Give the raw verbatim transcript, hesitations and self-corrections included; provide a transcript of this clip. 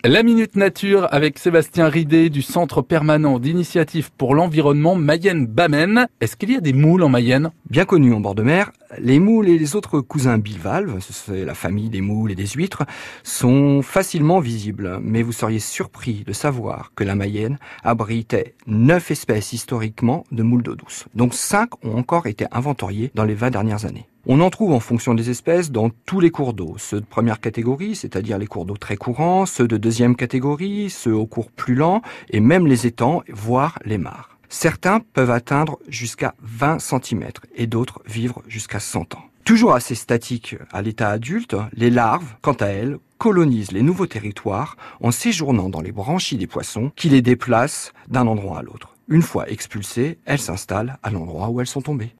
La Minute Nature avec Sébastien Ridé du Centre permanent d'initiative pour l'environnement Mayenne-Bamène. Est-ce qu'il y a des moules en Mayenne? Bien connus en bord de mer, les moules et les autres cousins bivalves, c'est la famille des moules et des huîtres, sont facilement visibles. Mais vous seriez surpris de savoir que la Mayenne abritait neuf espèces historiquement de moules d'eau douce. Donc cinq ont encore été inventoriées dans les vingt dernières années. On en trouve en fonction des espèces dans tous les cours d'eau, ceux de première catégorie, c'est-à-dire les cours d'eau très courants, ceux de deuxième catégorie, ceux au cours plus lent, et même les étangs, voire les mares. Certains peuvent atteindre jusqu'à vingt centimètres et d'autres vivre jusqu'à cent ans. Toujours assez statiques à l'état adulte, les larves, quant à elles, colonisent les nouveaux territoires en séjournant dans les branchies des poissons qui les déplacent d'un endroit à l'autre. Une fois expulsées, elles s'installent à l'endroit où elles sont tombées.